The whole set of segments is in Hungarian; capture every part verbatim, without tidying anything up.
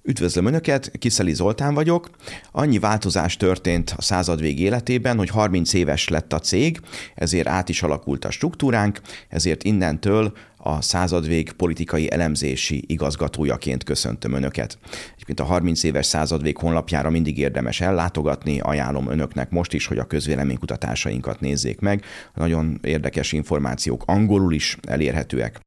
Üdvözlöm Önöket, Kiszeli Zoltán vagyok. Annyi változás történt a századvég életében, hogy harminc éves lett a cég, ezért át is alakult a struktúránk, ezért innentől a századvég politikai elemzési igazgatójaként köszöntöm Önöket. Egyébként a harminc éves századvég honlapjára mindig érdemes ellátogatni, ajánlom Önöknek most is, hogy a közvéleménykutatásainkat nézzék meg. Nagyon érdekes információk angolul is elérhetőek.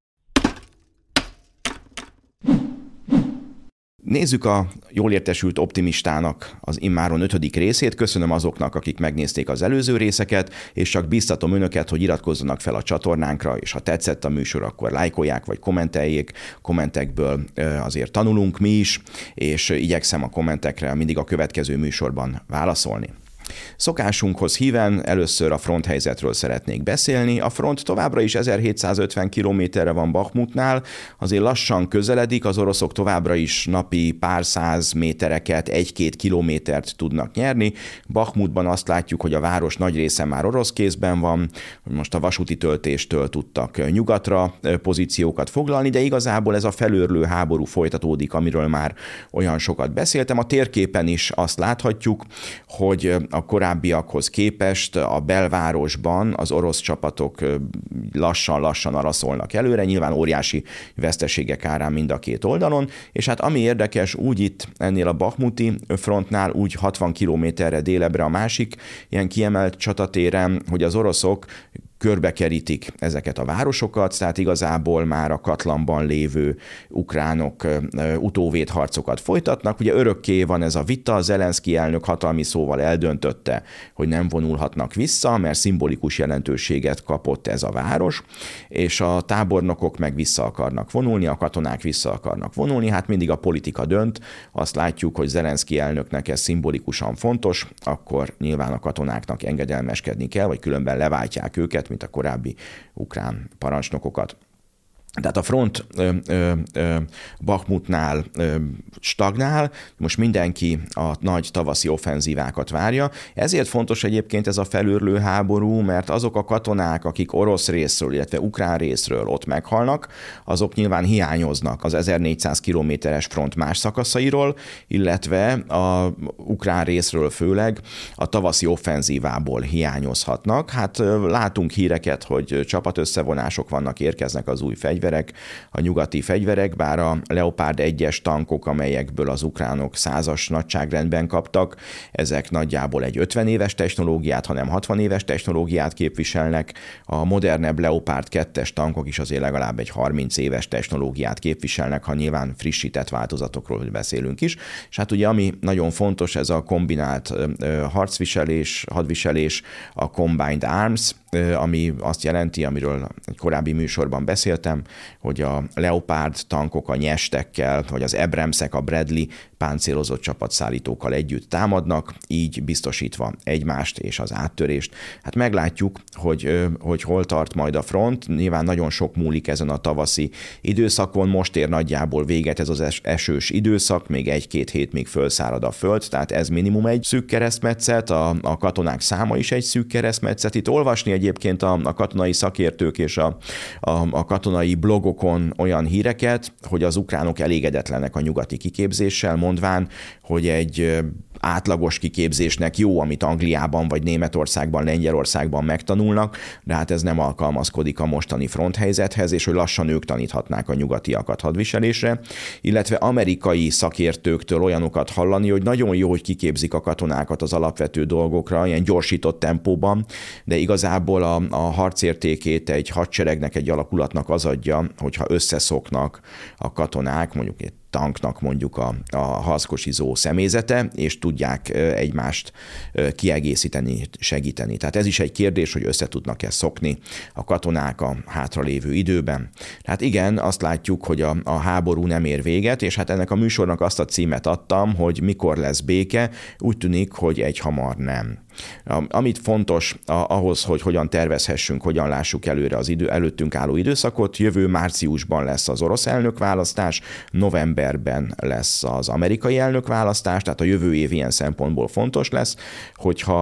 Nézzük a jól értesült optimistának az immáron ötödik részét. Köszönöm azoknak, akik megnézték az előző részeket, és csak biztatom Önöket, hogy iratkozzanak fel a csatornánkra, és ha tetszett a műsor, akkor lájkolják vagy kommenteljék. Kommentekből azért tanulunk mi is, és igyekszem a kommentekre mindig a következő műsorban válaszolni. Szokásunkhoz híven először a front helyzetről szeretnék beszélni. A front továbbra is ezerhétszázötven kilométerre van Bahmutnál, azért lassan közeledik, az oroszok továbbra is napi pár száz métereket, egy-két kilométert tudnak nyerni. Bahmutban azt látjuk, hogy a város nagy része már orosz kézben van, most a vasúti töltéstől tudtak nyugatra pozíciókat foglalni, de igazából ez a felőrlő háború folytatódik, amiről már olyan sokat beszéltem. A térképen is azt láthatjuk, hogy a korábbiakhoz képest a belvárosban az orosz csapatok lassan-lassan araszolnak előre, nyilván óriási veszteségek árán mind a két oldalon, és hát ami érdekes, úgy itt ennél a bahmuti frontnál, úgy hatvan kilométerre délebbre a másik ilyen kiemelt csatatéren, hogy az oroszok körbekerítik ezeket a városokat, tehát igazából már a Katlanban lévő ukránok utóvédharcokat folytatnak. Ugye örökké van ez a vita, Zelenszkij elnök hatalmi szóval eldöntötte, hogy nem vonulhatnak vissza, mert szimbolikus jelentőséget kapott ez a város, és a tábornokok meg vissza akarnak vonulni, a katonák vissza akarnak vonulni, hát mindig a politika dönt, azt látjuk, hogy Zelenszkij elnöknek ez szimbolikusan fontos, akkor nyilván a katonáknak engedelmeskedni kell, vagy különben leváltják őket, mint a korábbi ukrán parancsnokokat. Tehát a front ö, ö, ö, Bahmutnál ö, stagnál, most mindenki a nagy tavaszi offenzívákat várja. Ezért fontos egyébként ez a felőrlő háború, mert azok a katonák, akik orosz részről, illetve ukrán részről ott meghalnak, azok nyilván hiányoznak az ezernégyszáz kilométeres front más szakaszairól, illetve a ukrán részről főleg a tavaszi offenzívából hiányozhatnak. Hát látunk híreket, hogy csapatösszevonások vannak, érkeznek az új fegyverek, a nyugati fegyverek, bár a Leopard egyes tankok, amelyekből az ukránok százas nagyságrendben kaptak, ezek nagyjából egy ötven éves technológiát, hanem hatvan éves technológiát képviselnek. A modernebb Leopard kettes tankok is azért legalább egy harminc éves technológiát képviselnek, ha nyilván frissített változatokról beszélünk is. És hát ugye ami nagyon fontos, ez a kombinált harcviselés, hadviselés, a Combined Arms, ami azt jelenti, amiről egy korábbi műsorban beszéltem, hogy a Leopard tankok a nyestekkel, vagy az Abramsek, a Bradley páncélozott csapatszállítókkal együtt támadnak, így biztosítva egymást és az áttörést. Hát meglátjuk, hogy, hogy hol tart majd a front. Nyilván nagyon sok múlik ezen a tavaszi időszakon. Most ér nagyjából véget ez az esős időszak, még egy-két hét még fölszárad a föld, tehát ez minimum egy szűk keresztmetszet, a, a katonák száma is egy szűk keresztmetszet. Itt olvasni egyébként a, a katonai szakértők és a, a, a katonai blogokon olyan híreket, hogy az ukránok elégedetlenek a nyugati kiképzéssel, mondván, hogy egy átlagos kiképzésnek jó, amit Angliában vagy Németországban, Lengyelországban megtanulnak, de hát ez nem alkalmazkodik a mostani fronthelyzethez, és hogy lassan ők taníthatnák a nyugatiakat hadviselésre, illetve amerikai szakértőktől olyanokat hallani, hogy nagyon jó, hogy kiképzik a katonákat az alapvető dolgokra, ilyen gyorsított tempóban, de igazából a, a harcértékét egy hadseregnek, egy alakulatnak az adja, hogyha összeszoknak a katonák, mondjuk egy tanknak mondjuk a, a harckosizó személyzete, és tudják egymást kiegészíteni, segíteni. Tehát ez is egy kérdés, hogy össze tudnak-e szokni a katonák a hátralévő időben. Tehát igen, azt látjuk, hogy a, a háború nem ér véget, és hát ennek a műsornak azt a címet adtam, hogy mikor lesz béke, úgy tűnik, hogy egyhamar nem. Amit fontos ahhoz, hogy hogyan tervezhessünk, hogyan lássuk előre az idő, előttünk álló időszakot, jövő márciusban lesz az orosz elnökválasztás, novemberben lesz az amerikai elnökválasztás, tehát a jövő év ilyen szempontból fontos lesz, hogyha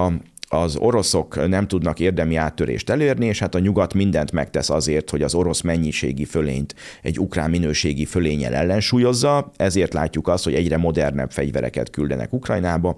az oroszok nem tudnak érdemi áttörést elérni, és hát a nyugat mindent megtesz azért, hogy az orosz mennyiségi fölényt egy ukrán minőségi fölénnyel ellensúlyozza, ezért látjuk azt, hogy egyre modernebb fegyvereket küldenek Ukrajnába,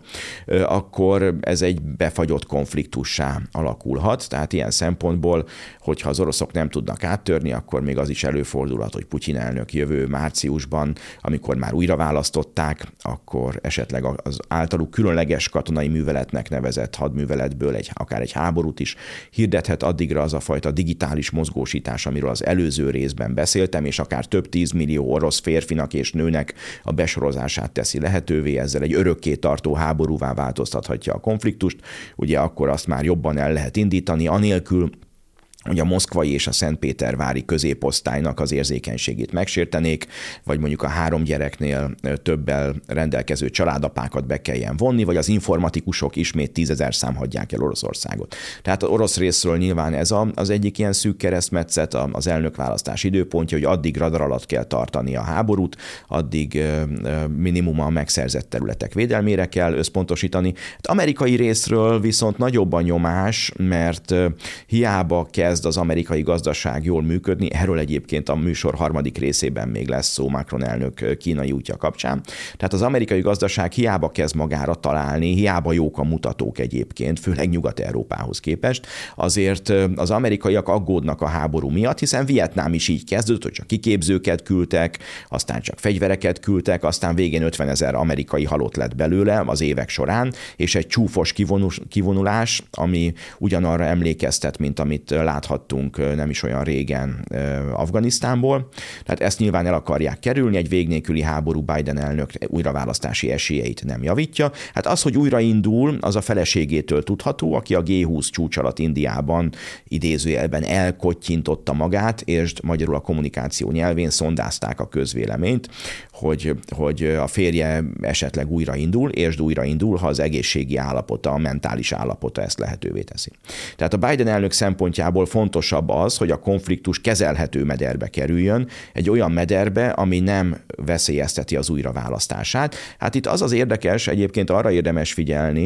akkor ez egy befagyott konfliktussá alakulhat. Tehát ilyen szempontból, hogyha az oroszok nem tudnak áttörni, akkor még az is előfordulhat, hogy Putyin elnök jövő márciusban, amikor már újra választották, akkor esetleg az általuk különleges katonai műveletnek nevezett hadműveletből egy, akár egy háborút is hirdethet, addigra az a fajta digitális mozgósítás, amiről az előző részben beszéltem, és akár több tízmillió orosz férfinak és nőnek a besorozását teszi lehetővé, ezzel egy örökké tartó háborúvá változtathatja a konfliktust, ugye akkor azt már jobban el lehet indítani, anélkül, hogy a moszkvai és a szentpétervári középosztálynak az érzékenységét megsértenék, vagy mondjuk a három gyereknél többel rendelkező családapákat be kelljen vonni, vagy az informatikusok ismét tízezer szám hagyják el Oroszországot. Tehát az orosz részről nyilván ez a, az egyik ilyen szűk keresztmetszet, az elnökválasztás időpontja, hogy addig radar alatt kell tartani a háborút, addig minimum a megszerzett területek védelmére kell összpontosítani. Az amerikai részről viszont nagyobb a nyomás, mert hiába kell kezd az amerikai gazdaság jól működni, erről egyébként a műsor harmadik részében még lesz szó Macron elnök kínai útja kapcsán. Tehát az amerikai gazdaság hiába kezd magára találni, hiába jók a mutatók egyébként, főleg Nyugat-Európához képest, azért az amerikaiak aggódnak a háború miatt, hiszen Vietnám is így kezdődött, hogy csak kiképzőket küldtek, aztán csak fegyvereket küldtek, aztán végén ötvenezer amerikai halott lett belőle az évek során, és egy csúfos kivonulás, ami ugyanarra emlékeztet, mint amit láthattunk nem is olyan régen Afganisztánból. Tehát ezt nyilván el akarják kerülni, egy vég nélküli háború Biden elnök újraválasztási esélyeit nem javítja. Hát az, hogy újraindul, az a feleségétől tudható, aki a gé húsz csúcs alatt Indiában idézőjelben elkottyintotta magát, és magyarul a kommunikáció nyelvén szondázták a közvéleményt, hogy, hogy a férje esetleg újraindul, és újraindul, ha az egészségi állapota, a mentális állapota ezt lehetővé teszi. Tehát a Biden elnök szempontjából fontosabb az, hogy a konfliktus kezelhető mederbe kerüljön, egy olyan mederbe, ami nem veszélyezteti az újraválasztását. Hát itt az az érdekes, egyébként arra érdemes figyelni,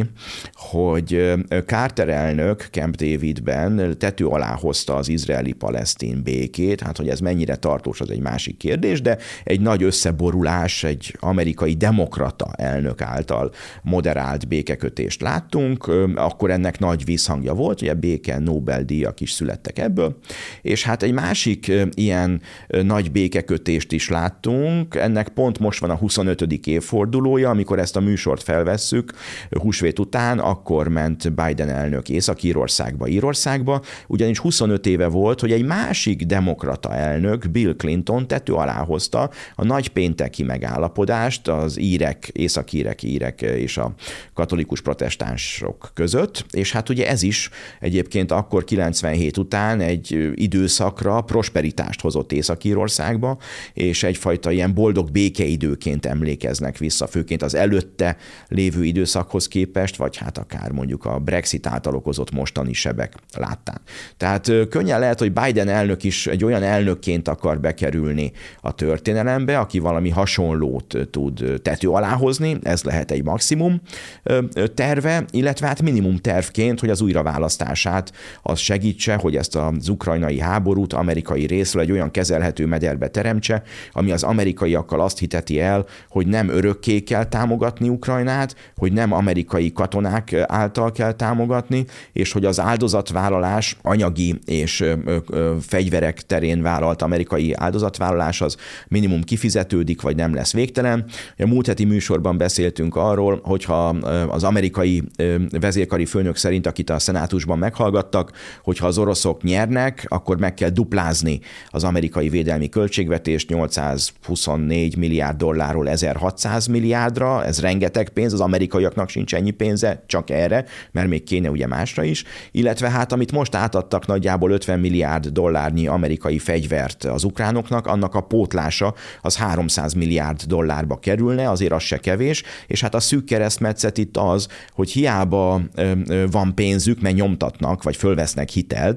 hogy Carter elnök Camp Davidben tető alá hozta az izraeli-palesztin békét, hát hogy ez mennyire tartós, az egy másik kérdés, de egy nagy összeborulás, egy amerikai demokrata elnök által moderált békekötést láttunk, akkor ennek nagy visszhangja volt, ugye béke Nobel-díjak is születtek ebből, és hát egy másik ilyen nagy békekötést is láttunk, ennek pont most van a huszonötödik évfordulója, amikor ezt a műsort felvesszük, húsvét után, akkor ment Biden elnök Észak-Írországba, Írországba, ugyanis huszonöt éve volt, hogy egy másik demokrata elnök, Bill Clinton tető alá hozta a nagy pénteki megállapodást az írek, északírek, írek és a katolikus protestánsok között, és hát ugye ez is egyébként akkor kilencvenhét után egy időszakra prosperitást hozott Észak-Írországba, és egyfajta ilyen boldog békeidőként emlékeznek vissza, főként az előtte lévő időszakhoz képest, vagy hát akár mondjuk a Brexit által okozott mostani sebek láttán. Tehát könnyen lehet, hogy Biden elnök is egy olyan elnökként akar bekerülni a történelembe, aki valami hasonlót tud tető alá hozni, ez lehet egy maximum terve, illetve hát minimum tervként, hogy az újraválasztását az segítse, hogy ezt az ukrajnai háborút amerikai részről egy olyan kezelhető mederbe teremtse, ami az amerikaiakkal azt hiteti el, hogy nem örökké kell támogatni Ukrajnát, hogy nem amerikai katonák által kell támogatni, és hogy az áldozatvállalás, anyagi és fegyverek terén vállalt amerikai áldozatvállalás az minimum kifizetődik, vagy nem lesz végtelen. A múlt heti műsorban beszéltünk arról, hogyha az amerikai vezérkari főnök szerint, akit a szenátusban meghallgattak, hogyha az oroszok nyernek, akkor meg kell duplázni az amerikai védelmi költségvetést nyolcszázhuszonnégy milliárd dollárról ezerhatszáz milliárdra, ez rengeteg pénz, az amerikaiaknak sincs ennyi pénze, csak erre, mert még kéne ugye másra is, illetve hát amit most átadtak nagyjából ötven milliárd dollárnyi amerikai fegyvert az ukránoknak, annak a pótlása az háromszáz milliárd dollárba kerülne, azért az se kevés, és hát a szűk keresztmetszet itt az, hogy hiába van pénzük, mert nyomtatnak, vagy fölvesznek hitelt,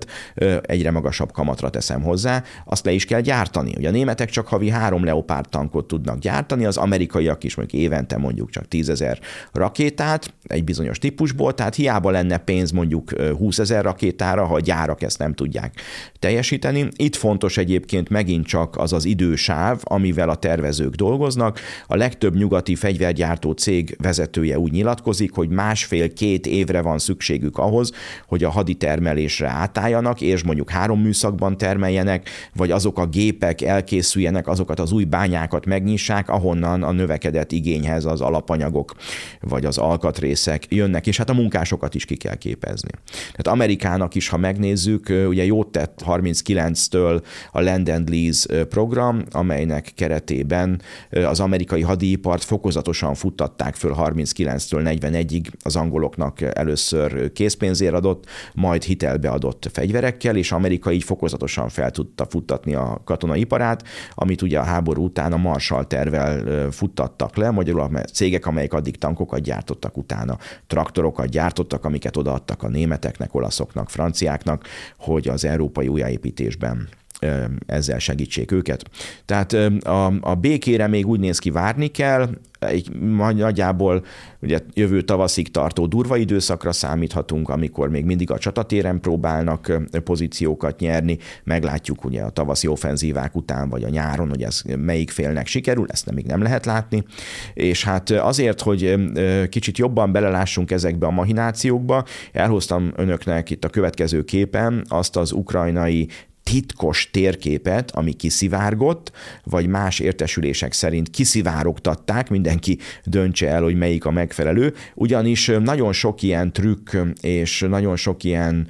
egyre magasabb kamatra teszem hozzá, azt le is kell gyártani. Ugye a németek csak havi három Leopard tankot tudnak gyártani, az amerikaiak is mondjuk évente mondjuk csak tízezer rakétát egy bizonyos típusból, tehát hiába lenne pénz mondjuk húszezer rakétára, ha a gyárak ezt nem tudják teljesíteni. Itt fontos egyébként megint csak az az idősáv, amivel a tervezők dolgoznak. A legtöbb nyugati fegyvergyártó cég vezetője úgy nyilatkozik, hogy másfél-két évre van szükségük ahhoz, hogy a haditermelésre átálljanak, és mondjuk három műszakban termeljenek, vagy azok a gépek elkészüljenek, azokat az új bányákat megnyissák, ahonnan a növekedett igényhez az alapanyagok, vagy az alkatrészek jönnek, és hát a munkásokat is ki kell képezni. Tehát Amerikának is, ha megnézzük, ugye jót tett harminckilenctől a Land and Lease program, amelynek keretében az amerikai hadipart fokozatosan futtatták föl harminckilenctől negyvenegyig, az angoloknak először készpénzért adott, majd hitelbe adott fegyverekkel, és Amerika így fokozatosan fel tudta futtatni a katonai iparát, amit ugye a háború után a Marshall tervvel futtattak le, magyarul a cégek, amelyek addig tankokat gyártottak, utána traktorokat gyártottak, amiket odaadtak a németeknek, olaszoknak, franciáknak, hogy az európai újjáépítésben ezzel segítsék őket. Tehát a, a békére még úgy néz ki, várni kell, egy nagyjából ugye jövő tavaszig tartó durva időszakra számíthatunk, amikor még mindig a csatatéren próbálnak pozíciókat nyerni, meglátjuk ugye a tavaszi offenzívák után, vagy a nyáron, hogy ez melyik félnek sikerül, ezt még nem lehet látni, és hát azért, hogy kicsit jobban belelássunk ezekbe a mahinációkba, elhoztam önöknek itt a következő képen azt az ukrajnai titkos térképet, ami kiszivárgott, vagy más értesülések szerint kiszivárogtatták, mindenki döntse el, hogy melyik a megfelelő, ugyanis nagyon sok ilyen trükk és nagyon sok ilyen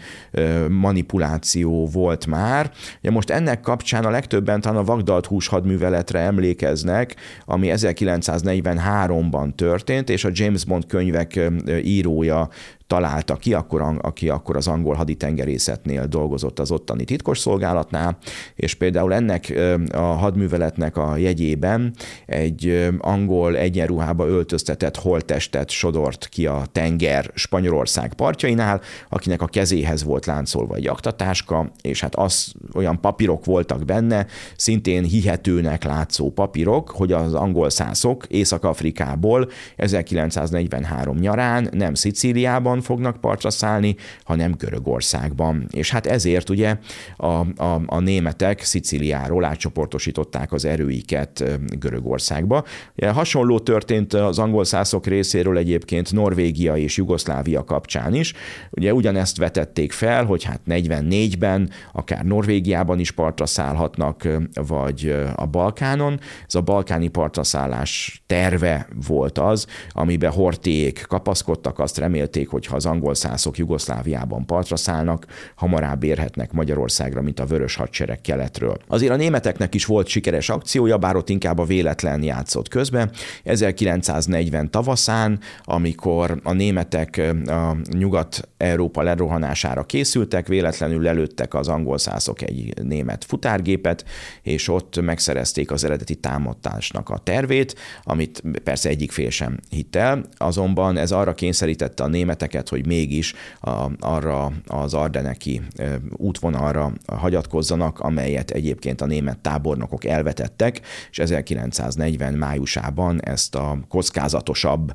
manipuláció volt már. Ugye most ennek kapcsán a legtöbben talán a Vagdalt hús hadműveletre emlékeznek, ami ezerkilencszáznegyvenháromban történt, és a James Bond könyvek írója találta ki, akkor, aki akkor az angol haditengerészetnél dolgozott az ottani titkosszolgálatnál, és például ennek a hadműveletnek a jegyében egy angol egyenruhába öltöztetett holttestet sodort ki a tenger Spanyolország partjainál, akinek a kezéhez volt láncolva egy aktatáska, és hát az, olyan papírok voltak benne, szintén hihetőnek látszó papírok, hogy az angol szászok Észak-Afrikából ezerkilencszáznegyvenhárom nyarán nem Szicíliában fognak partra szállni, hanem Görögországban. És hát ezért ugye a, a, a németek Szicíliáról átcsoportosították az erőiket Görögországba. Ugye hasonló történt az angol szászok részéről egyébként Norvégia és Jugoszlávia kapcsán is. Ugye ugyanezt vetették fel, hogy hát negyvennégyben akár Norvégiában is partra szállhatnak, vagy a Balkánon. Ez a balkáni partra szállás terve volt az, amiben Horthyék kapaszkodtak, azt remélték, hogy ha az angol szászok Jugoszláviában partra szállnak, hamarabb érhetnek Magyarországra, mint a Vörös Hadsereg keletről. Azért a németeknek is volt sikeres akciója, bár ott inkább a véletlen játszott közben. ezerkilencszáznegyven tavaszán, amikor a németek a Nyugat-Európa lerohanására készültek, véletlenül lelőttek az angol szászok egy német futárgépet, és ott megszerezték az eredeti támadásnak a tervét, amit persze egyik fél sem hitt el, azonban ez arra kényszerítette a németeket, hogy mégis a, arra az ardeneki útvonalra hagyatkozzanak, amelyet egyébként a német tábornokok elvetettek, és ezerkilencszáznegyven májusában ezt a kockázatosabb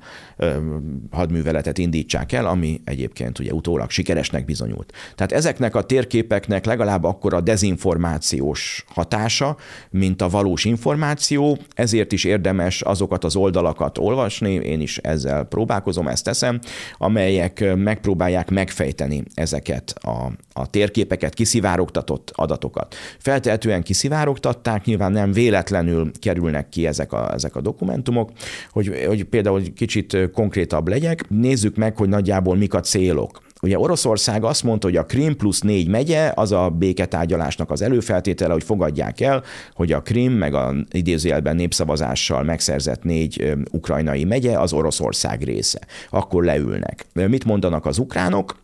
hadműveletet indítsák el, ami egyébként ugye utólag sikeresnek bizonyult. Tehát ezeknek a térképeknek legalább akkora dezinformációs hatása, mint a valós információ, ezért is érdemes azokat az oldalakat olvasni, én is ezzel próbálkozom, ezt teszem, amelyek megpróbálják megfejteni ezeket a, a térképeket, kiszivárogtatott adatokat. Feltehetően kiszivárogtatták, nyilván nem véletlenül kerülnek ki ezek a, ezek a dokumentumok, hogy, hogy például egy kicsit konkrétabb legyek, nézzük meg, hogy nagyjából mik a célok. Ugye Oroszország azt mondta, hogy a Krím plusz négy megye az a béketárgyalásnak az előfeltétele, hogy fogadják el, hogy a Krím meg a idézőjelben népszavazással megszerzett négy ukrajnai megye az Oroszország része. Akkor leülnek. Mit mondanak az ukránok?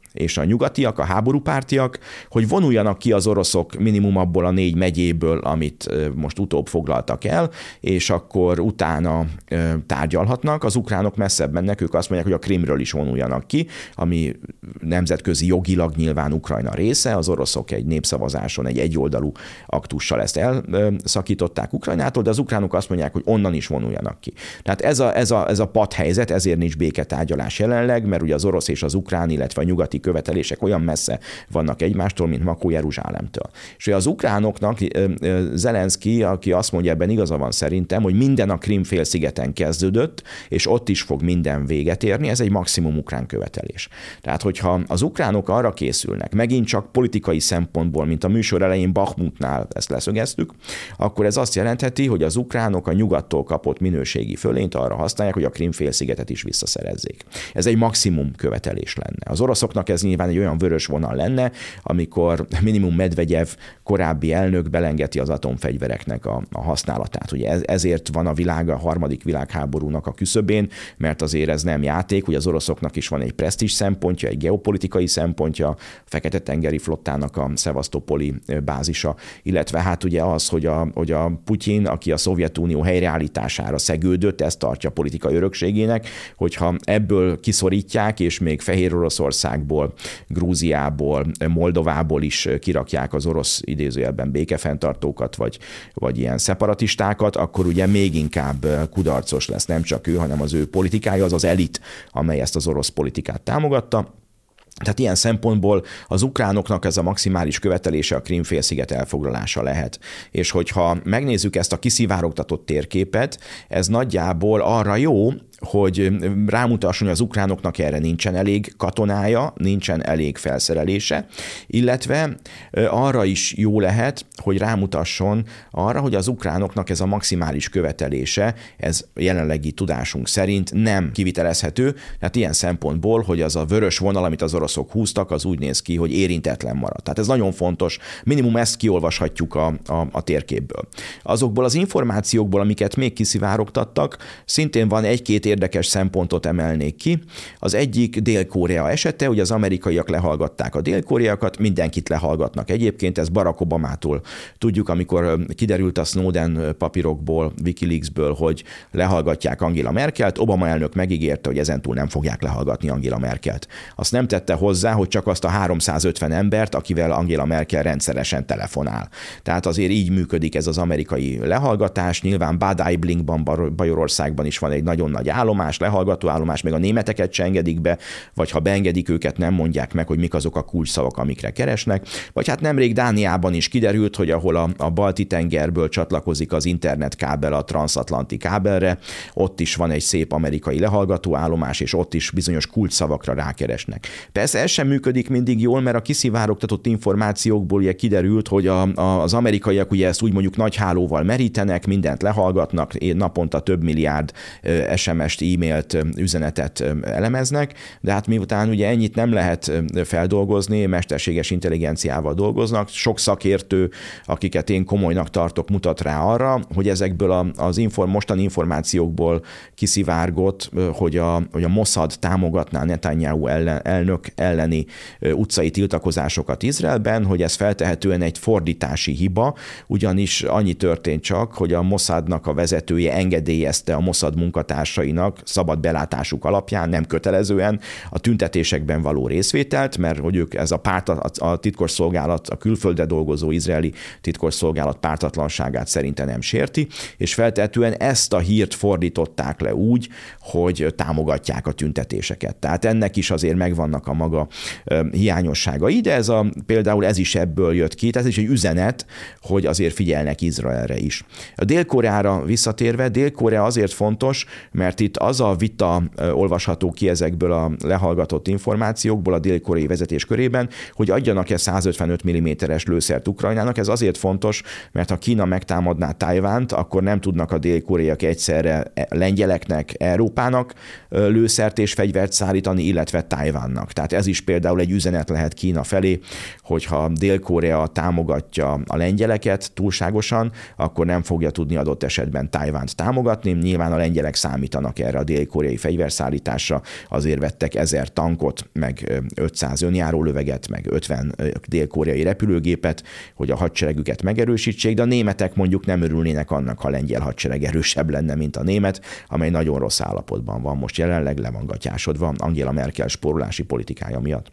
és a nyugatiak, a háborúpártiak, hogy vonuljanak ki az oroszok minimum abból a négy megyéből, amit most utóbb foglaltak el, és akkor utána tárgyalhatnak. Az ukránok messzebb mennek, ők azt mondják, hogy a Krimről is vonuljanak ki, ami nemzetközi jogilag nyilván Ukrajna része, az oroszok egy népszavazáson egy egyoldalú aktussal ezt elszakították Ukrajnától, de az ukránok azt mondják, hogy onnan is vonuljanak ki. Tehát ez a, ez a, ez a padhelyzet, ezért nincs béketárgyalás jelenleg, mert ugye az orosz és az ukrán, illetve a nyugati követelések olyan messze vannak egymástól, mint Makó Jeruzsálemtől. És az ukránoknak Zelenszky, aki azt mondja, ebben igaza van szerintem, hogy minden a Krím-félszigeten kezdődött, és ott is fog minden véget érni, ez egy maximum ukrán követelés. Tehát, hogyha az ukránok arra készülnek, megint csak politikai szempontból, mint a műsor elején Bakhmutnál ezt leszögeztük, akkor ez azt jelentheti, hogy az ukránok a nyugattól kapott minőségi fölényt arra használják, hogy a Krím-félszigetet is visszaszerezzék. Ez egy maximum követelés lenne. Az oroszoknak ez nyilván egy olyan vörös vonal lenne, amikor minimum Medvegyev korábbi elnök belengeti az atomfegyvereknek a, a használatát. Ugye ez, ezért van a világ a harmadik világháborúnak a küszöbén, mert azért ez nem játék, hogy az oroszoknak is van egy presztízs szempontja, egy geopolitikai szempontja, a Fekete-tengeri flottának a szevasztopoli bázisa, illetve hát ugye az, hogy a, hogy a Putyin, aki a Szovjetunió helyreállítására szegődött, ezt tartja politikai örökségének, hogyha ebből kiszorítják, és még Fehér Oroszországból, Grúziából, Moldovából is kirakják az orosz idézőjelben békefenntartókat, vagy, vagy ilyen szeparatistákat, akkor ugye még inkább kudarcos lesz nem csak ő, hanem az ő politikája, az az elit, amely ezt az orosz politikát támogatta. Tehát ilyen szempontból az ukránoknak ez a maximális követelése a Krím-félsziget elfoglalása lehet. És hogyha megnézzük ezt a kiszivárogtatott térképet, ez nagyjából arra jó, hogy rámutasson, hogy az ukránoknak erre nincsen elég katonája, nincsen elég felszerelése, illetve arra is jó lehet, hogy rámutasson arra, hogy az ukránoknak ez a maximális követelése, ez jelenlegi tudásunk szerint nem kivitelezhető, tehát ilyen szempontból, hogy az a vörös vonal, amit az oroszok húztak, az úgy néz ki, hogy érintetlen marad. Tehát ez nagyon fontos, minimum ezt kiolvashatjuk a, a, a térképből. Azokból az információkból, amiket még kiszivárogtattak, szintén van egy-két érdekes szempontot emelnék ki. Az egyik Dél-Korea esete, hogy az amerikaiak lehallgatták a dél-koreaiakat, mindenkit lehallgatnak egyébként, ez Barack Obamától tudjuk, amikor kiderült a Snowden papírokból, Wikileaksből, hogy lehallgatják Angela Merkelt, Obama elnök megígérte, hogy ezentúl nem fogják lehallgatni Angela Merkelt. Azt nem tette hozzá, hogy csak azt a háromszázötven embert, akivel Angela Merkel rendszeresen telefonál. Tehát azért így működik ez az amerikai lehallgatás. Nyilván Bad Aiblinkban, Bajorországban is van egy nagyon nagy állomás, lehallgató állomás, még a németeket se engedik be, vagy ha beengedik őket, nem mondják meg, hogy mik azok a kulcsszavak, amikre keresnek. Vagy hát nemrég Dániában is kiderült, hogy ahol a, a Balti-tengerből csatlakozik az internetkábel a transatlanti kábelre, ott is van egy szép amerikai lehallgató állomás, és ott is bizonyos kulcsszavakra rákeresnek. Persze ez sem működik mindig jól, mert a kiszivárogtatott információkból ugye kiderült, hogy a, a, az amerikaiak ugye ezt úgy mondjuk nagy hálóval merítenek, mindent lehallgatnak, naponta több milliárd es em es-t, e-mailt, üzenetet elemeznek, de hát miután ugye ennyit nem lehet feldolgozni, mesterséges intelligenciával dolgoznak, sok szakértő, akiket én komolynak tartok, mutat rá arra, hogy ezekből az inform, mostani információkból kiszivárgott, hogy a, hogy a Mossad támogatná Netanyahu ellen, elnök elleni utcai tiltakozásokat Izraelben, hogy ez feltehetően egy fordítási hiba, ugyanis annyi történt csak, hogy a Mossadnak a vezetője engedélyezte a Mossad munkatársainak szabad belátásuk alapján, nem kötelezően a tüntetésekben való részvételt, mert hogy ők ez a párt, a titkosszolgálat, a külföldre dolgozó izraeli titkosszolgálat pártatlanságát szerinte nem sérti, és feltehetően ezt a hírt fordították le úgy, hogy támogatják a tüntetéseket. Tehát ennek is azért megvannak a maga hiányosságai, de ez a, például ez is ebből jött ki, tehát ez is egy üzenet, hogy azért figyelnek Izraelre is. A Dél-Koreára visszatérve, Dél-Korea azért fontos, mert itt az a vita olvasható ki ezekből a lehallgatott információkból a dél-koreai vezetés körében, hogy adjanak-e százötvenöt milliméteres lőszert Ukrajnának. Ez azért fontos, mert ha Kína megtámadná Tajvánt, akkor nem tudnak a dél-koreaiak egyszerre lengyeleknek, Európának lőszert és fegyvert szállítani, illetve Tajvánnak. Tehát ez is például egy üzenet lehet Kína felé, hogyha Dél-Korea támogatja a lengyeleket túlságosan, akkor nem fogja tudni adott esetben Tajvánt támogatni. Nyilván a lengyelek számítanak Amerikának erre a dél-koreai fegyverszállításra, azért vettek ezer tankot, meg ötszáz önjárólöveget, meg ötven dél-koreai repülőgépet, hogy a hadseregüket megerősítsék, de a németek mondjuk nem örülnének annak, ha a lengyel hadsereg erősebb lenne, mint a német, amely nagyon rossz állapotban van most jelenleg, le van gatyásodva Angela Merkel spórolási politikája miatt.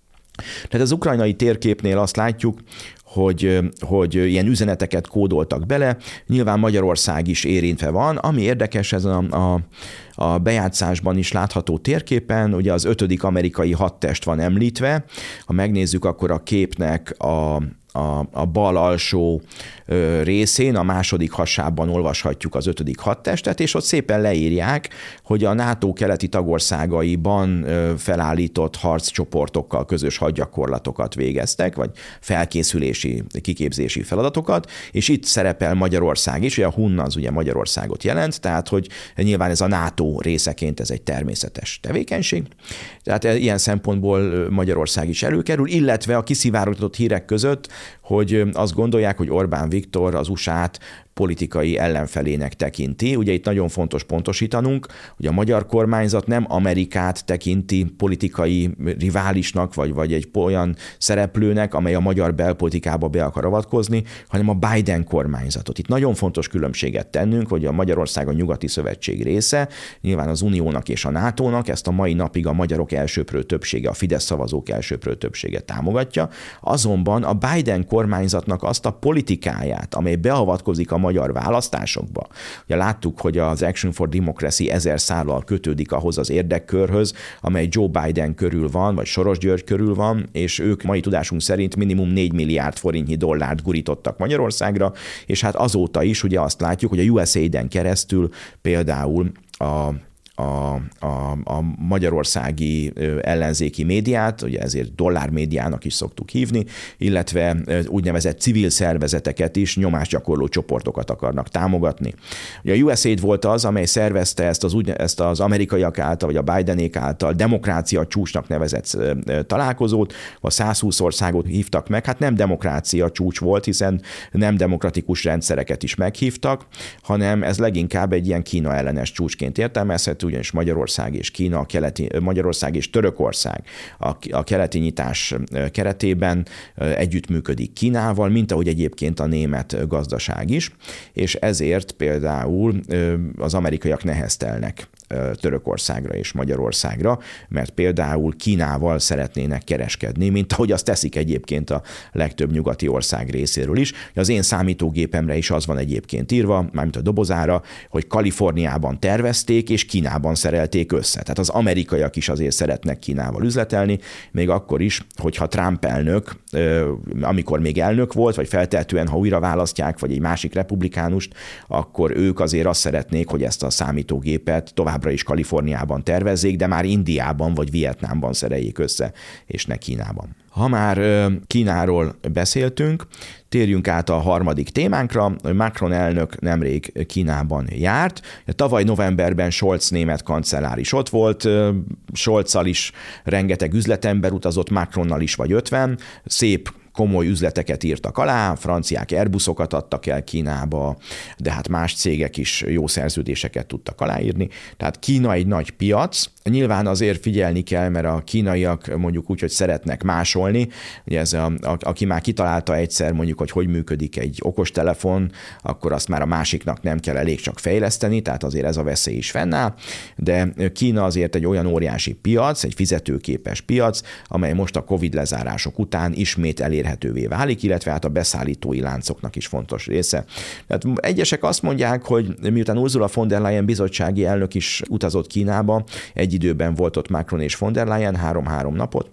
Tehát az ukrajnai térképnél azt látjuk, hogy, hogy ilyen üzeneteket kódoltak bele, nyilván Magyarország is érintve van, ami érdekes ez a, a, a bejátszásban is látható térképen, ugye az ötödik amerikai hadtest van említve, ha megnézzük, akkor a képnek a A, a bal alsó ö, részén, a második hasában olvashatjuk az ötödik hadtestet, és ott szépen leírják, hogy a NATO keleti tagországaiban ö, felállított harccsoportokkal közös hadgyakorlatokat végeztek, vagy felkészülési, kiképzési feladatokat, és itt szerepel Magyarország is, ugye a hun az ugye Magyarországot jelent, tehát hogy nyilván ez a NATO részeként ez egy természetes tevékenység. Tehát ilyen szempontból Magyarország is előkerül, illetve a kiszivárogtatott hírek között, hogy azt gondolják, hogy Orbán Viktor az u es á-t politikai ellenfelének tekinti. Ugye itt nagyon fontos pontosítanunk, hogy a magyar kormányzat nem Amerikát tekinti politikai riválisnak, vagy, vagy egy olyan szereplőnek, amely a magyar belpolitikába be akar avatkozni, hanem a Biden kormányzatot. Itt nagyon fontos különbséget tennünk, hogy a Magyarország a nyugati szövetség része, nyilván az Uniónak és a nátónak, ezt a mai napig a magyarok elsőprő többsége, a Fidesz szavazók elsőprő többsége támogatja, azonban a Biden kormányzatnak azt a politikáját, amely beavatkozik a magyar választásokba. Ugye láttuk, hogy az Action for Democracy ezer szállal kötődik ahhoz az érdekkörhöz, amely Joe Biden körül van, vagy Soros György körül van, és ők mai tudásunk szerint minimum négy milliárd forintnyi dollárt gurítottak Magyarországra, és hát azóta is ugye azt látjuk, hogy a u es á iden keresztül például a A, a, a magyarországi ellenzéki médiát, ugye ezért dollármédiának is szoktuk hívni, illetve úgynevezett civil szervezeteket is, nyomásgyakorló csoportokat akarnak támogatni. Ugye a u es á volt az, amely szervezte ezt az, ezt az amerikaiak által, vagy a Bidenék által demokrácia csúcsnak nevezett találkozót, a százhúsz országot hívtak meg, hát nem demokrácia csúcs volt, hiszen nem demokratikus rendszereket is meghívtak, hanem ez leginkább egy ilyen Kína ellenes csúcsként értelmezhető, ugyanis Magyarország és Kína, a keleti, Magyarország és Törökország a, a keleti nyitás keretében együttműködik Kínával, mint ahogy egyébként a német gazdaság is, és ezért például az amerikaiak neheztelnek Törökországra és Magyarországra, mert például Kínával szeretnének kereskedni, mint ahogy azt teszik egyébként a legtöbb nyugati ország részéről is. Az én számítógépemre is az van egyébként írva, mármint a dobozára, hogy Kaliforniában tervezték, és Kínában szerelték össze. Tehát az amerikaiak is azért szeretnek Kínával üzletelni, még akkor is, hogyha Trump elnök, amikor még elnök volt, vagy feltehetően, ha újra választják, vagy egy másik republikánust, akkor ők azért azt szeretnék, hogy ezt a számítógépet tovább is Kaliforniában tervezzék, de már Indiában vagy Vietnámban szereljék össze, és ne Kínában. Ha már Kínáról beszéltünk, térjünk át a harmadik témánkra. Macron elnök nemrég Kínában járt. Tavaly novemberben Scholz német kancellár is ott volt, Scholzzal is rengeteg üzletember utazott, Macronnal is vagy ötven, szép komoly üzleteket írtak alá, franciák Airbusokat adtak el Kínába, de hát más cégek is jó szerződéseket tudtak aláírni. Tehát Kína egy nagy piac. Nyilván azért figyelni kell, mert a kínaiak mondjuk úgy, hogy szeretnek másolni. Ugye ez a, a, aki már kitalálta egyszer mondjuk, hogy hogy működik egy okostelefon, akkor azt már a másiknak nem kell, elég csak fejleszteni, tehát azért ez a veszély is fennáll. De Kína azért egy olyan óriási piac, egy fizetőképes piac, amely most a Covid lezárások után ismét elérhetővé válik, illetve hát a beszállítói láncoknak is fontos része. Tehát egyesek azt mondják, hogy miután Ursula von der Leyen bizottsági elnök is utazott Kínába, egy időben volt ott Macron és von der Leyen, három-három napot,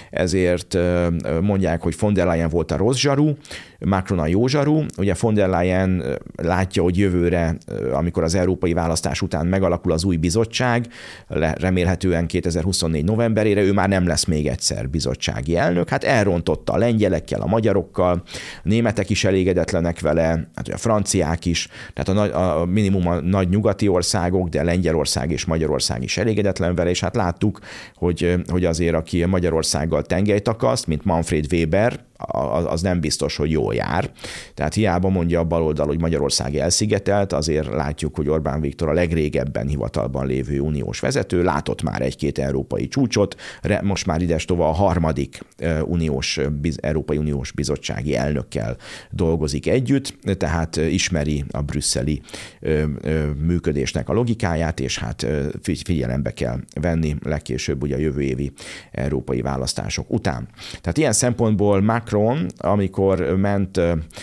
ezért mondják, hogy von der Leyen volt a rossz zsaru, Macron a jó zsaru. Ugye von der Leyen látja, hogy jövőre, amikor az európai választás után megalakul az új bizottság, remélhetően kétezer-huszonnégy novemberére ő már nem lesz még egyszer bizottsági elnök. Hát elrontotta a lengyelekkel, a magyarokkal, a németek is elégedetlenek vele, hát a franciák is, tehát a, a minimum a nagy nyugati országok, de Lengyelország és Magyarország is elégedetlen vele, és hát láttuk, hogy, hogy azért aki Magyarországgal tengelyt akaszt, mint Manfred Weber, az nem biztos, hogy jól jár. Tehát hiába mondja a baloldal, hogy Magyarország elszigetelt, azért látjuk, hogy Orbán Viktor a legrégebben hivatalban lévő uniós vezető, látott már egy-két európai csúcsot, most már idestova a harmadik uniós, Európai Uniós Bizottsági elnökkel dolgozik együtt, tehát ismeri a brüsszeli működésnek a logikáját, és hát figyelembe kell venni legkésőbb ugye a jövő évi európai választások után. Tehát ilyen szempontból Macron, amikor ment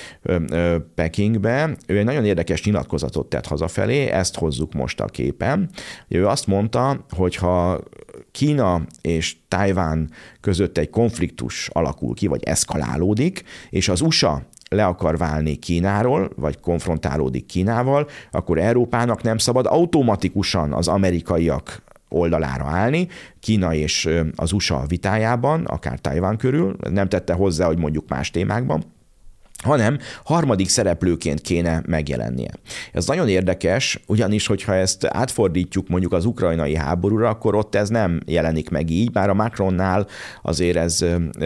Pekingbe, ő egy nagyon érdekes nyilatkozatot tett hazafelé, ezt hozzuk most a képen. Ő azt mondta, hogy ha Kína és Tajván között egy konfliktus alakul ki, vagy eszkalálódik, és az u es á le akar válni Kínáról, vagy konfrontálódik Kínával, akkor Európának nem szabad automatikusan az amerikaiak oldalára állni, Kína és az u es á vitájában, akár Tajván körül, nem tette hozzá, hogy mondjuk más témákban, hanem harmadik szereplőként kéne megjelennie. Ez nagyon érdekes, ugyanis, hogyha ezt átfordítjuk mondjuk az ukrajnai háborúra, akkor ott ez nem jelenik meg így, bár a Macronnál azért ez,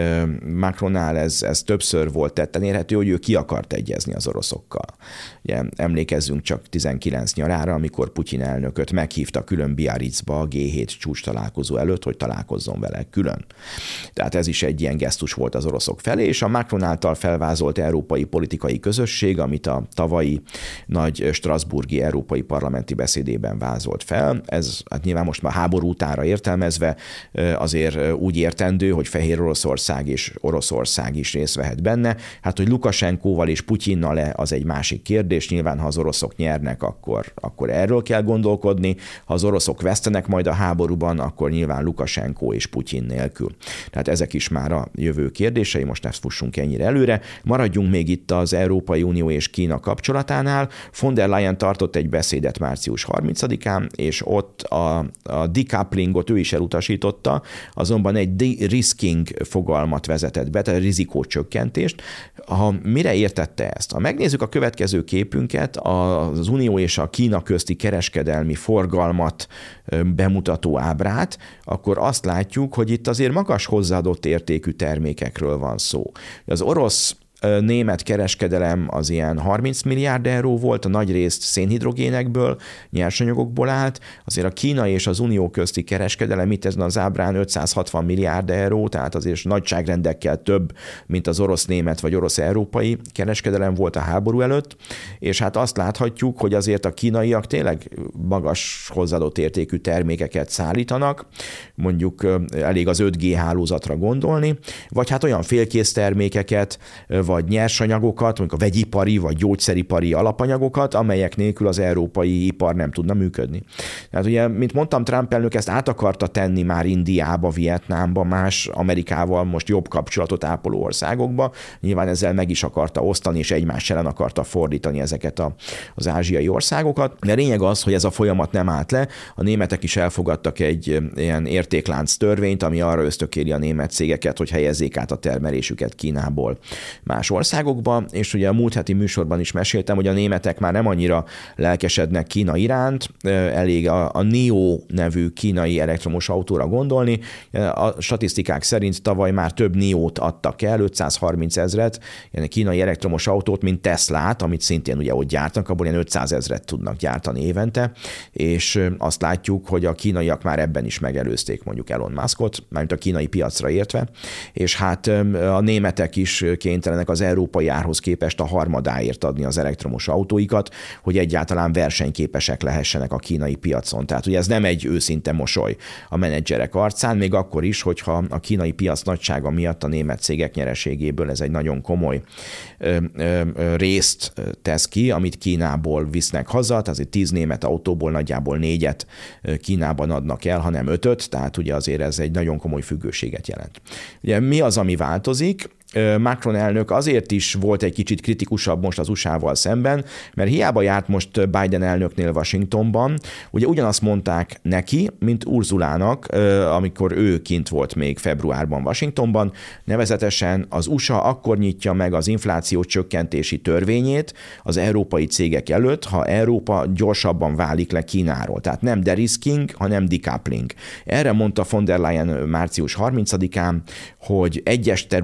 Macronnál ez, ez többször volt tetten érhető, hogy ő ki akart egyezni az oroszokkal. Ugye, emlékezzünk csak tizenkilenc nyarára, amikor Putyin elnököt meghívta külön Biarritzba a gé hét csúcs találkozó előtt, hogy találkozzon vele külön. Tehát ez is egy ilyen gesztus volt az oroszok felé, és a Macron által felvázolt Európa politikai közösség, amit a tavalyi nagy strasbourgi európai parlamenti beszédében vázolt fel. Ez hát nyilván most már háború utára értelmezve azért úgy értendő, hogy Fehér Oroszország és Oroszország is részt vehet benne. Hát, hogy Lukasenkóval és Putyinnal-e, az egy másik kérdés. Nyilván, ha az oroszok nyernek, akkor, akkor erről kell gondolkodni. Ha az oroszok vesztenek majd a háborúban, akkor nyilván Lukasenko és Putyin nélkül. Tehát ezek is már a jövő kérdései, most ne fussunk ennyire előre. Maradjunk még itt az Európai Unió és Kína kapcsolatánál. Von der Leyen tartott egy beszédet március harmincadikán, és ott a, a decouplingot ő is elutasította, azonban egy de-risking fogalmat vezetett be, tehát rizikócsökkentést. Ha mire értette ezt? Ha megnézzük a következő képünket, az Unió és a Kína közti kereskedelmi forgalmat bemutató ábrát, akkor azt látjuk, hogy itt azért magas hozzáadott értékű termékekről van szó. Az orosz német kereskedelem az ilyen harminc milliárd euró volt, a nagy részt szénhidrogénekből, nyersanyagokból állt, azért a Kína és az Unió közti kereskedelem itt ezen az ábrán ötszázhatvan milliárd euró, tehát azért nagyságrendekkel több, mint az orosz-német vagy orosz-európai kereskedelem volt a háború előtt, és hát azt láthatjuk, hogy azért a kínaiak tényleg magas hozzáadott értékű termékeket szállítanak, mondjuk elég az öt G hálózatra gondolni, vagy hát olyan félkész termékeket, vagy nyersanyagokat, mondjuk a vegyipari vagy gyógyszeripari alapanyagokat, amelyek nélkül az európai ipar nem tudna működni. Tehát ugye, mint mondtam, Trump elnök ezt át akarta tenni már Indiába, Vietnámba, más Amerikával most jobb kapcsolatot ápoló országokba. Nyilván ezzel meg is akarta osztani, és egymás ellen akarta fordítani ezeket a, az ázsiai országokat. De lényeg az, hogy ez a folyamat nem állt le. A németek is elfogadtak egy ilyen értéklánc törvényt, ami arra ösztökéli a német cégeket, hogy helyezzék át a termelésüket Kínából más országokba, és ugye a múlt heti műsorban is meséltem, hogy a németek már nem annyira lelkesednek Kína iránt, elég a, a NIO nevű kínai elektromos autóra gondolni. A statisztikák szerint tavaly már több NIO-t adtak el, ötszázharminc ezret, ilyen kínai elektromos autót, mint Teslát, amit szintén ugye ott gyártanak, abból ilyen ötszáz ezret tudnak gyártani évente, és azt látjuk, hogy a kínaiak már ebben is megelőzték mondjuk Elon Muskot, mármint a kínai piacra értve, és hát a németek is kénytelenek az európai árhoz képest a harmadáért adni az elektromos autóikat, hogy egyáltalán versenyképesek lehessenek a kínai piacon. Tehát ugye ez nem egy őszinte mosoly a menedzserek arcán, még akkor is, hogyha a kínai piac nagysága miatt a német cégek nyereségéből ez egy nagyon komoly ö, ö, részt tesz ki, amit Kínából visznek haza, tehát egy tíz német autóból nagyjából négyet Kínában adnak el, hanem ötöt, tehát ugye azért ez egy nagyon komoly függőséget jelent. Ugye mi az, ami változik? Macron elnök azért is volt egy kicsit kritikusabb most az u es á-val szemben, mert hiába járt most Biden elnöknél Washingtonban, ugye ugyanazt mondták neki, mint Urzulának, amikor ő kint volt még februárban Washingtonban, nevezetesen az u es á akkor nyitja meg az infláció csökkentési törvényét az európai cégek előtt, ha Európa gyorsabban válik le Kínáról. Tehát nem de-risking, hanem decoupling. Erre mondta von der Leyen március harmincadikán, hogy egyes területeken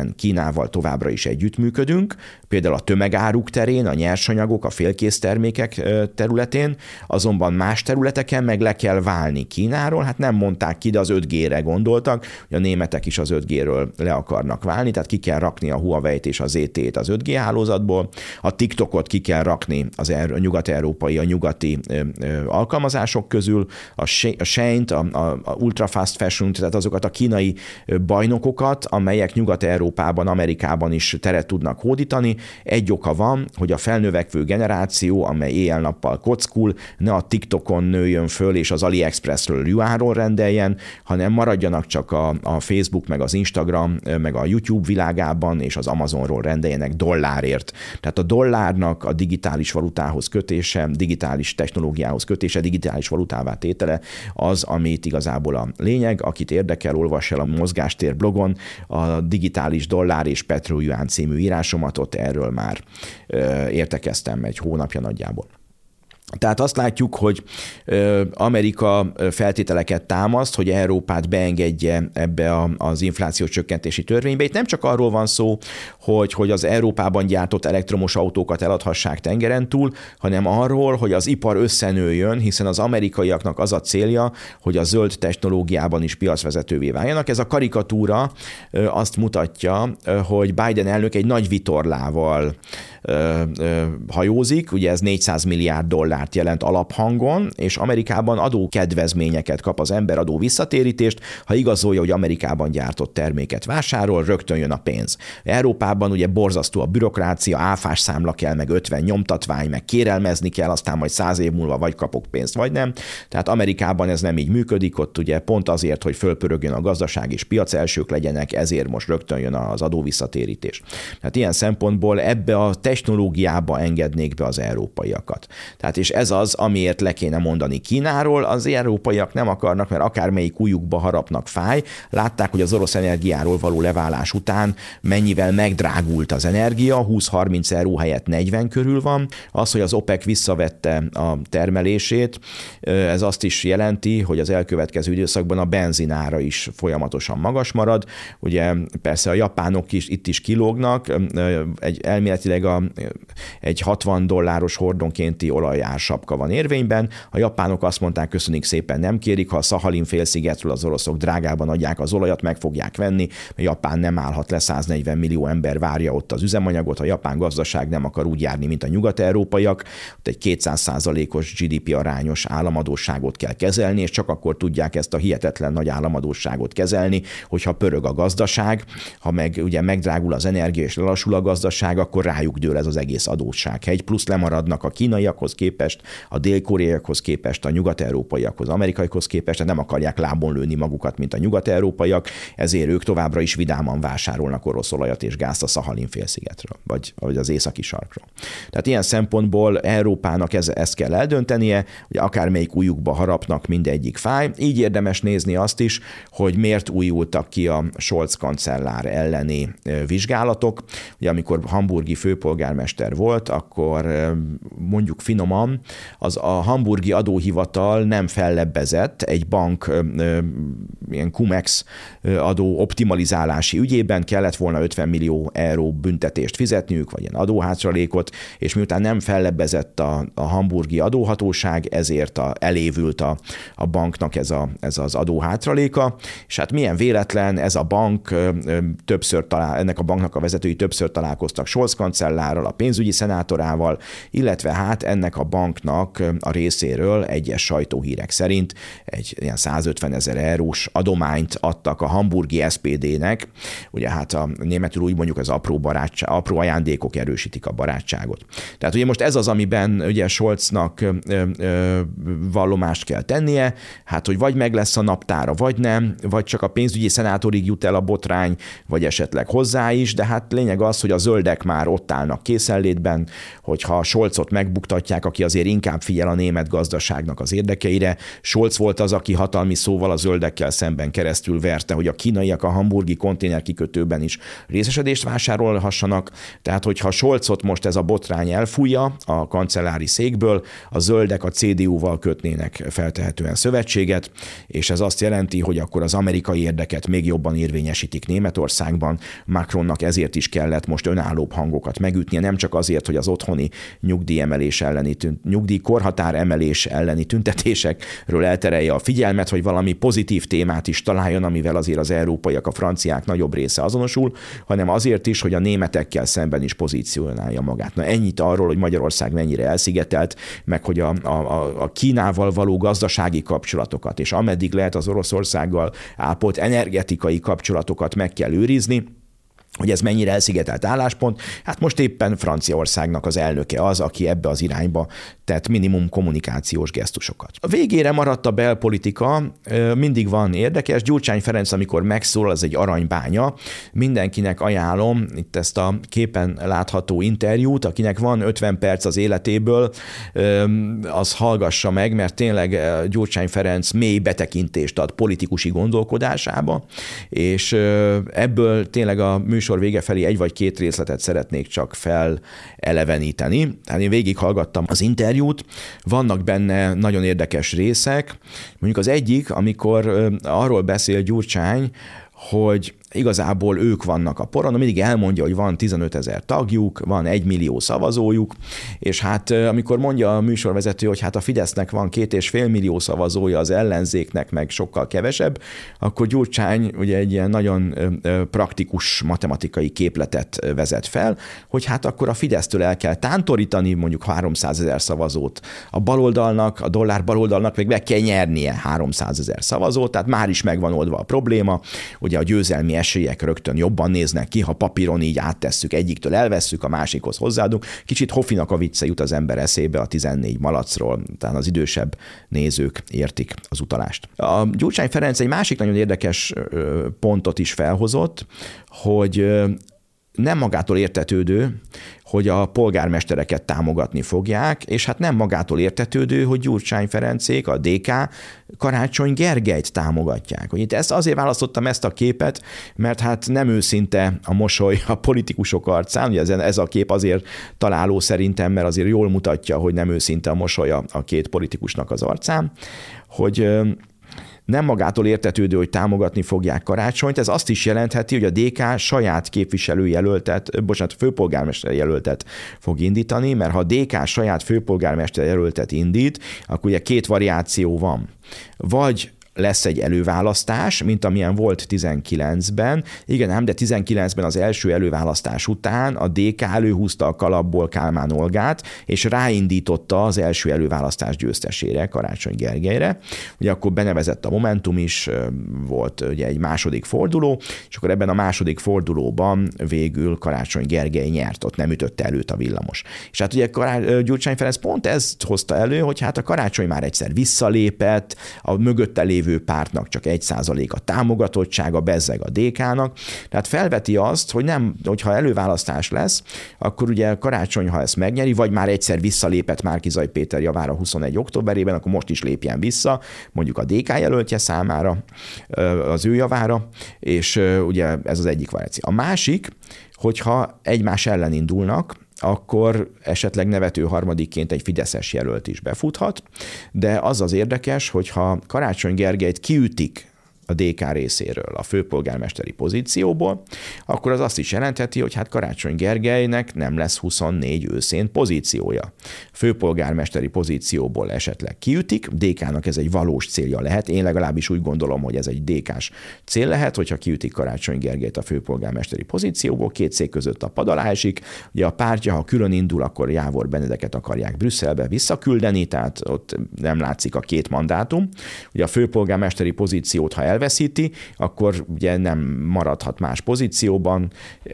területeken Kínával továbbra is együttműködünk, például a tömegáruk terén, a nyersanyagok, a félkész termékek területén, azonban más területeken meg le kell válni Kínáról, hát nem mondták ki, de az öt G-re gondoltak, hogy a németek is az öt G-ről le akarnak válni, tehát ki kell rakni a Huawei-t és a zé té é-t az öt G hálózatból, a TikTokot ki kell rakni az er- a nyugat-európai, a nyugati ö, ö, alkalmazások közül, a Shein-t, a, a, a Ultra Fast Fashion, tehát azokat a kínai bajnokokat, amelyek Nyugat-Európában, Amerikában is teret tudnak hódítani. Egy oka van, hogy a felnövekvő generáció, amely éjjel-nappal kockul, ne a TikTokon nőjön föl és az AliExpressről juáron rendeljen, hanem maradjanak csak a, a Facebook, meg az Instagram, meg a YouTube világában, és az Amazonról rendeljenek dollárért. Tehát a dollárnak a digitális valutához kötése, digitális technológiához kötése, digitális valutává tétele az, amit igazából a lényeg. Akit érdekel, olvass el a Mozgástér blogon a digitális dollár és petrójuán című írásomat, ott erről már értekeztem egy hónapja nagyjából. Tehát azt látjuk, hogy Amerika feltételeket támaszt, hogy Európát beengedje ebbe az inflációs csökkentési törvénybe. Itt nem csak arról van szó, hogy, hogy az Európában gyártott elektromos autókat eladhassák tengeren túl, hanem arról, hogy az ipar összenőjön, hiszen az amerikaiaknak az a célja, hogy a zöld technológiában is piacvezetővé váljanak. Ez a karikatúra azt mutatja, hogy Biden elnök egy nagy vitorlával hajózik, ugye ez négyszáz milliárd dollárt jelent alaphangon, és Amerikában adókedvezményeket kap az ember, adó visszatérítést, ha igazolja, hogy Amerikában gyártott terméket vásárol, rögtön jön a pénz. Európában ugye borzasztó a bürokrácia, áfás számla kell, meg ötven nyomtatvány, meg kérelmezni kell, aztán majd száz év múlva vagy kapok pénzt, vagy nem. Tehát Amerikában ez nem így működik, ott ugye pont azért, hogy fölpörögjön a gazdaság és piac elsők legyenek, ezért most rögtön jön az adó visszatérítés. Tehát ilyen szempontból ebbe a technológiába engednék be az európaiakat. Tehát és ez az, amiért le kéne mondani Kínáról, az európaiak nem akarnak, mert akármelyik ujjukba harapnak, fáj. Látták, hogy az orosz energiáról való leválás után mennyivel megdrágult az energia, húsz-harminc euró helyett negyven körül van. Az, hogy az OPEC visszavette a termelését, ez azt is jelenti, hogy az elkövetkező időszakban a benzinára is folyamatosan magas marad. Ugye persze a japánok is itt is kilógnak, egy, elméletileg a, egy hatvan dolláros hordonkénti olajársapka van érvényben. A japánok azt mondták, köszönjük szépen, nem kérik, ha a Szahalin félszigetről az oroszok drágában adják az olajat, meg fogják venni, a Japán nem állhat le, száznegyven millió ember várja ott az üzemanyagot, a japán gazdaság nem akar úgy járni, mint a nyugat-európaiak, ott egy kétszáz százalékos gé dé pé arányos államadósságot kell kezelni, és csak akkor tudják ezt a hihetetlen nagy államadósságot kezelni, hogyha pörög a gazdaság, ha meg ugye megdrágul az energia és lelassul a gazdaság, akkor rájuk dől ez az egész adóssághegy, plusz lemaradnak a kínaiakhoz képest, a dél-koreaiakhoz képest, a nyugat-európaiakhoz, amerikaiakhoz képest, tehát nem akarják lábon lőni magukat, mint a nyugat-európaiak, ezért ők továbbra is vidáman vásárolnak orosz olajat és gázt a Szahalin félszigetről, vagy, vagy az északi sarkról. Tehát ilyen szempontból Európának ez, ezt kell eldöntenie, hogy akármelyik ujjukba harapnak, mindegyik fáj. Így érdemes nézni azt is, hogy miért újultak ki a Scholz kancellár elleni vizsgálatok. Ugye amikor hamburgi főpolgármester volt, akkor mondjuk finoman, az a hamburgi adóhivatal nem fellebbezett egy bank ilyen Cum-Ex adó optimalizálási ügyében, kellett volna ötven millió euró büntetést fizetniük, vagy ilyen adóhátralékot, és miután nem fellebbezett a, a hamburgi adóhatóság, ezért a, elévült a, a banknak ez, a, ez az adóhátraléka, és hát milyen véletlen, ez a bank többször talál, ennek a banknak a vezetői többször találkoztak Scholz kancellárral, a pénzügyi szenátorával, illetve hát ennek a banknak a részéről egyes sajtóhírek szerint egy ilyen százötven ezer eurós adományt adtak a hamburgi es pé dé-nek. Ugye hát a németül úgy mondjuk az apró, barátság, apró ajándékok erősítik a barátságot. Tehát ugye most ez az, amiben ugye Scholznak ö, ö, vallomást kell tennie, hát hogy vagy meg lesz a naptára, vagy nem, vagy csak a pénzügyi szenátorig jut el a botrány, vagy esetleg hozzá is, de hát lényeg az, hogy a zöldek már ott állnak vannak készenlétben, hogyha Scholzot megbuktatják, aki azért inkább figyel a német gazdaságnak az érdekeire. Scholz volt az, aki hatalmi szóval a zöldekkel szemben keresztül verte, hogy a kínaiak a hamburgi konténerkikötőben is részesedést vásárolhassanak. Tehát, hogyha Scholzot most ez a botrány elfújja a kancellári székből, a zöldek a cé dé u-val kötnének feltehetően szövetséget, és ez azt jelenti, hogy akkor az amerikai érdeket még jobban érvényesítik Németországban. Macronnak ezért is kellett most önállóbb hangokat megütnie, nem csak azért, hogy az otthoni nyugdíjemelés elleni, nyugdíjkorhatár emelés elleni tüntetésekről elterelje a figyelmet, hogy valami pozitív témát is találjon, amivel azért az európaiak, a franciák nagyobb része azonosul, hanem azért is, hogy a németekkel szemben is pozícionálja magát. Na ennyit arról, hogy Magyarország mennyire elszigetelt, meg hogy a, a, a Kínával való gazdasági kapcsolatokat, és ameddig lehet az Oroszországgal ápolt energetikai kapcsolatokat meg kell őrizni, hogy ez mennyire elszigetelt álláspont. Hát most éppen Franciaországnak az elnöke az, aki ebbe az irányba tett minimum kommunikációs gesztusokat. A végére maradt a belpolitika, mindig van érdekes. Gyurcsány Ferenc, amikor megszólal, az egy aranybánya. Mindenkinek ajánlom itt ezt a képen látható interjút, akinek van ötven perc az életéből, az hallgassa meg, mert tényleg Gyurcsány Ferenc mély betekintést ad politikusi gondolkodásába, és ebből tényleg a műsor vége felé egy vagy két részletet szeretnék csak feleleveníteni. Tehát én végighallgattam az interjút, vannak benne nagyon érdekes részek. Mondjuk az egyik, amikor arról beszél Gyurcsány, hogy igazából ők vannak a poron, mindig elmondja, hogy van tizenöt ezer tagjuk, van egy millió szavazójuk, és hát amikor mondja a műsorvezető, hogy hát a Fidesznek van két és fél millió szavazója, az ellenzéknek meg sokkal kevesebb, akkor Gyurcsány ugye egy ilyen nagyon praktikus matematikai képletet vezet fel, hogy hát akkor a Fidesztől el kell tántorítani mondjuk háromszázezer szavazót. A baloldalnak, a dollár baloldalnak meg meg kell nyernie háromszázezer szavazót, tehát már is megvan oldva a probléma, ugye a győzelmi esélyek rögtön jobban néznek ki, ha papíron így áttesszük, egyiktől elvesszük, a másikhoz hozzáadunk. Kicsit Hoffinak a vicce jut az ember eszébe a tizennégy malacról, talán az idősebb nézők értik az utalást. A Gyurcsány Ferenc egy másik nagyon érdekes pontot is felhozott, hogy nem magától értetődő, hogy a polgármestereket támogatni fogják, és hát nem magától értetődő, hogy Gyurcsány Ferencék, a dé ká Karácsony Gergelyt támogatják. Hogy itt ezt azért választottam ezt a képet, mert hát nem őszinte a mosoly a politikusok arcán, ugye ez a kép azért találó szerintem, mert azért jól mutatja, hogy nem őszinte a mosoly a két politikusnak az arcán, hogy nem magától értetődő, hogy támogatni fogják Karácsonyt, ez azt is jelentheti, hogy a dé ká saját képviselőjelöltet, bocsánat, főpolgármester jelöltet fog indítani, mert ha a dé ká saját főpolgármester jelöltet indít, akkor ugye két variáció van. Vagy lesz egy előválasztás, mint amilyen volt tizenkilencben. Igen, ám, de tizenkilencben az első előválasztás után a dé ká előhúzta a kalapból Kálmán Olgát, és ráindította az első előválasztás győztesére, Karácsony Gergelyre. Ugye akkor benevezett a Momentum is, volt ugye egy második forduló, és akkor ebben a második fordulóban végül Karácsony Gergely nyert, ott nem ütötte előtt a villamos. És hát ugye Kará- Gyurcsány Ferenc pont ezt hozta elő, hogy hát a Karácsony már egyszer visszalépett, a mögötte lévő pártnak csak egy százalék a támogatottsága, bezzeg a dé ká-nak. Tehát felveti azt, hogy nem, hogyha előválasztás lesz, akkor ugye Karácsony, ha ezt megnyeri, vagy már egyszer visszalépett Márki-Zay Péter javára huszonegy októberében, akkor most is lépjen vissza, mondjuk a dé ká jelöltje számára, az ő javára, és ugye ez az egyik variáció. A másik, hogyha egymás ellen indulnak, akkor esetleg nevető harmadikként egy fideszes jelölt is befuthat, de az az érdekes, hogyha Karácsony Gergelyt kiütik a dé ká részéről a főpolgármesteri pozícióból, akkor az azt is jelentheti, hogy hát Karácsony Gergelynek nem lesz huszonnégy őszén pozíciója. Főpolgármesteri pozícióból esetleg kiütik, dé ká-nak ez egy valós célja lehet, én legalábbis úgy gondolom, hogy ez egy dé ká-s cél lehet, hogyha kiütik Karácsony Gergelyt a főpolgármesteri pozícióból, két szék között a pad alá esik, ugye a pártja, ha külön indul, akkor Jávor Benedeket akarják Brüsszelbe visszaküldeni, tehát ott nem látszik a két mandátum. Ugye a főpolgármesteri pozíciót, ha elveszíti, akkor ugye nem maradhat más pozícióban.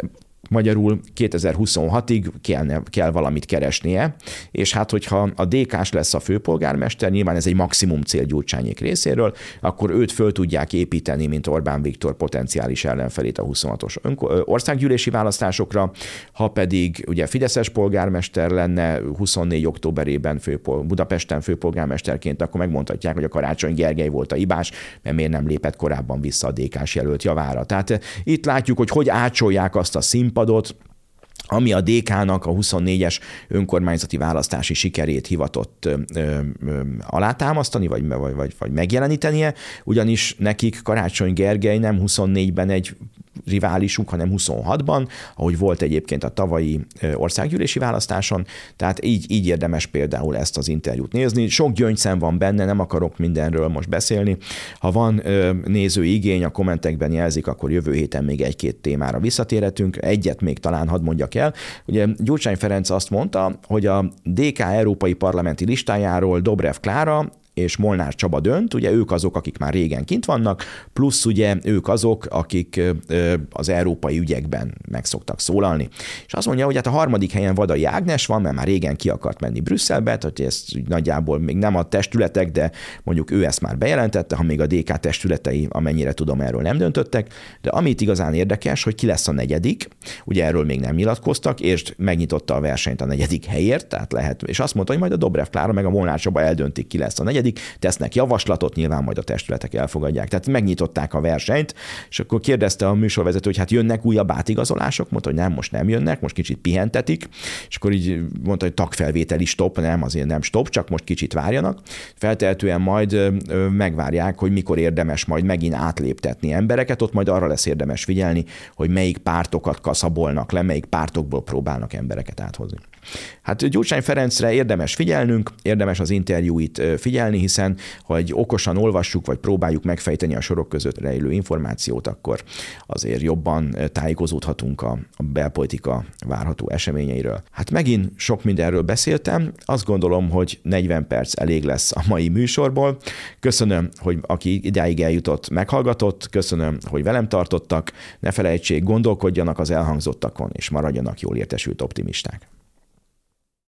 Magyarul kétezer-huszonhatig kell, kell valamit keresnie, és hát hogyha a dé ká-s lesz a főpolgármester, nyilván ez egy maximum cél Gyurcsányék részéről, akkor őt föl tudják építeni, mint Orbán Viktor potenciális ellenfelét a huszonhatos országgyűlési választásokra, ha pedig ugye fideszes polgármester lenne huszonnégy októberében főpol- Budapesten főpolgármesterként, akkor megmondhatják, hogy a Karácsony Gergely volt a hibás, mert miért nem lépett korábban vissza a dé ká-s jelölt javára. Tehát itt látjuk, hogy hogy ácsolják azt a színpadot, ami a dé ká-nak a huszonnégyes önkormányzati választási sikerét hivatott ö, ö, ö, alátámasztani, vagy, vagy, vagy, vagy megjelenítenie, ugyanis nekik Karácsony Gergely nem huszonnégyben egy riválisuk, hanem huszonhatban, ahogy volt egyébként a tavalyi országgyűlési választáson, tehát így, így érdemes például ezt az interjút nézni. Sok gyöngyszem van benne, nem akarok mindenről most beszélni. Ha van nézői igény, a kommentekben jelzik, akkor jövő héten még egy-két témára visszatérhetünk. Egyet még talán hadd mondjak el. Ugye Gyurcsány Ferenc azt mondta, hogy a dé ká európai parlamenti listájáról Dobrev Klára és Molnár Csaba dönt, ugye ők azok, akik már régen kint vannak, plusz ugye ők azok, akik az európai ügyekben meg szoktak szólalni. És azt mondja, hogy hát a harmadik helyen Vadai Ágnes van, mert már régen ki akart menni Brüsszelbe, hogy ez nagyjából még nem a testületek, de mondjuk ő ezt már bejelentette, ha még a dé ká testületei, amennyire tudom, erről nem döntöttek, de amit igazán érdekes, hogy ki lesz a negyedik, ugye erről még nem nyilatkoztak, és megnyitotta a versenyt a negyedik helyért, tehát lehet, és azt mondta, hogy majd a Dobrev Klára meg a Molnár Csaba eldöntik, ki lesz a negyedik, tesznek javaslatot, nyilván majd a testületek elfogadják. Tehát megnyitották a versenyt, és akkor kérdezte a műsorvezető, hogy hát jönnek újabb átigazolások, mondta, hogy nem, most nem jönnek, most kicsit pihentetik, és akkor így mondta, hogy tagfelvételi stop, nem, azért nem stop, csak most kicsit várjanak. Feltehetően majd megvárják, hogy mikor érdemes majd megint átléptetni embereket, ott majd arra lesz érdemes figyelni, hogy melyik pártokat kaszabolnak le, melyik pártokból próbálnak embereket áthozni. Hát Gyurcsány Ferencre érdemes figyelnünk, érdemes az interjúit figyelni, hiszen ha egy okosan olvassuk, vagy próbáljuk megfejteni a sorok között rejlő információt, akkor azért jobban tájékozódhatunk a belpolitika várható eseményeiről. Hát megint sok mindenről beszéltem, azt gondolom, hogy negyven perc elég lesz a mai műsorból. Köszönöm, hogy aki idáig eljutott, meghallgatott, köszönöm, hogy velem tartottak, ne felejtsék, gondolkodjanak az elhangzottakon, és maradjanak jól értesült optimisták.